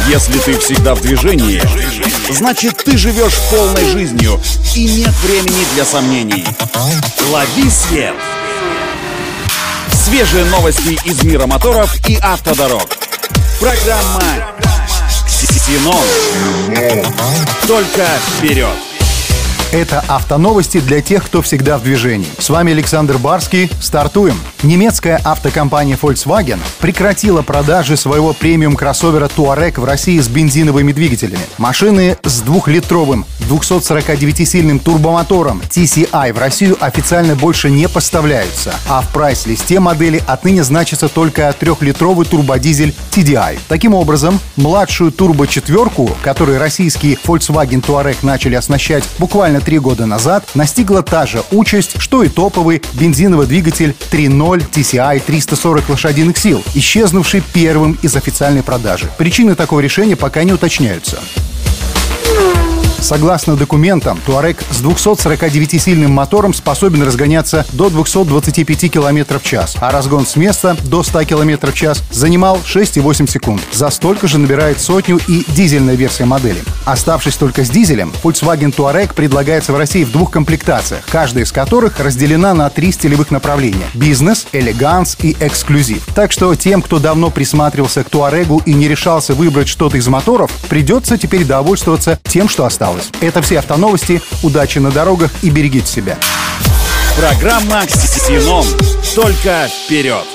Если ты всегда в движении, значит, ты живешь полной жизнью и нет времени для сомнений. Лови свет! Свежие новости из мира моторов и автодорог. Программа «Ксенон». Только вперед! Это автоновости для тех, кто всегда в движении. С вами Александр Барский. Стартуем. Немецкая автокомпания Volkswagen прекратила продажи своего премиум-кроссовера Touareg в России с бензиновыми двигателями. Машины с 2-литровым 249-сильным турбомотором TCI в Россию официально больше не поставляются, а в прайс-листе модели отныне значится только 3-литровый турбодизель TDI. Таким образом, младшую турбо-четверку, которую российские Volkswagen Touareg начали оснащать буквально 3 года назад, настигла та же участь, что и топовый бензиновый двигатель 3.0 TCI 340 лошадиных сил, исчезнувший первым из официальной продажи. Причины такого решения пока не уточняются. Согласно документам, Touareg с 249-сильным мотором способен разгоняться до 225 км в час, а разгон с места до 100 км в час занимал 6,8 секунд. За столько же набирает сотню и дизельная версия модели. Оставшись только с дизелем, Volkswagen Touareg предлагается в России в 2 комплектациях, каждая из которых разделена на 3 стилевых направления – бизнес, элеганс и эксклюзив. Так что тем, кто давно присматривался к Touareg и не решался выбрать что-то из моторов, придется теперь довольствоваться тем, что осталось. Это все автоновости. Удачи на дорогах и берегите себя. Программа «Ксенон». Только вперед!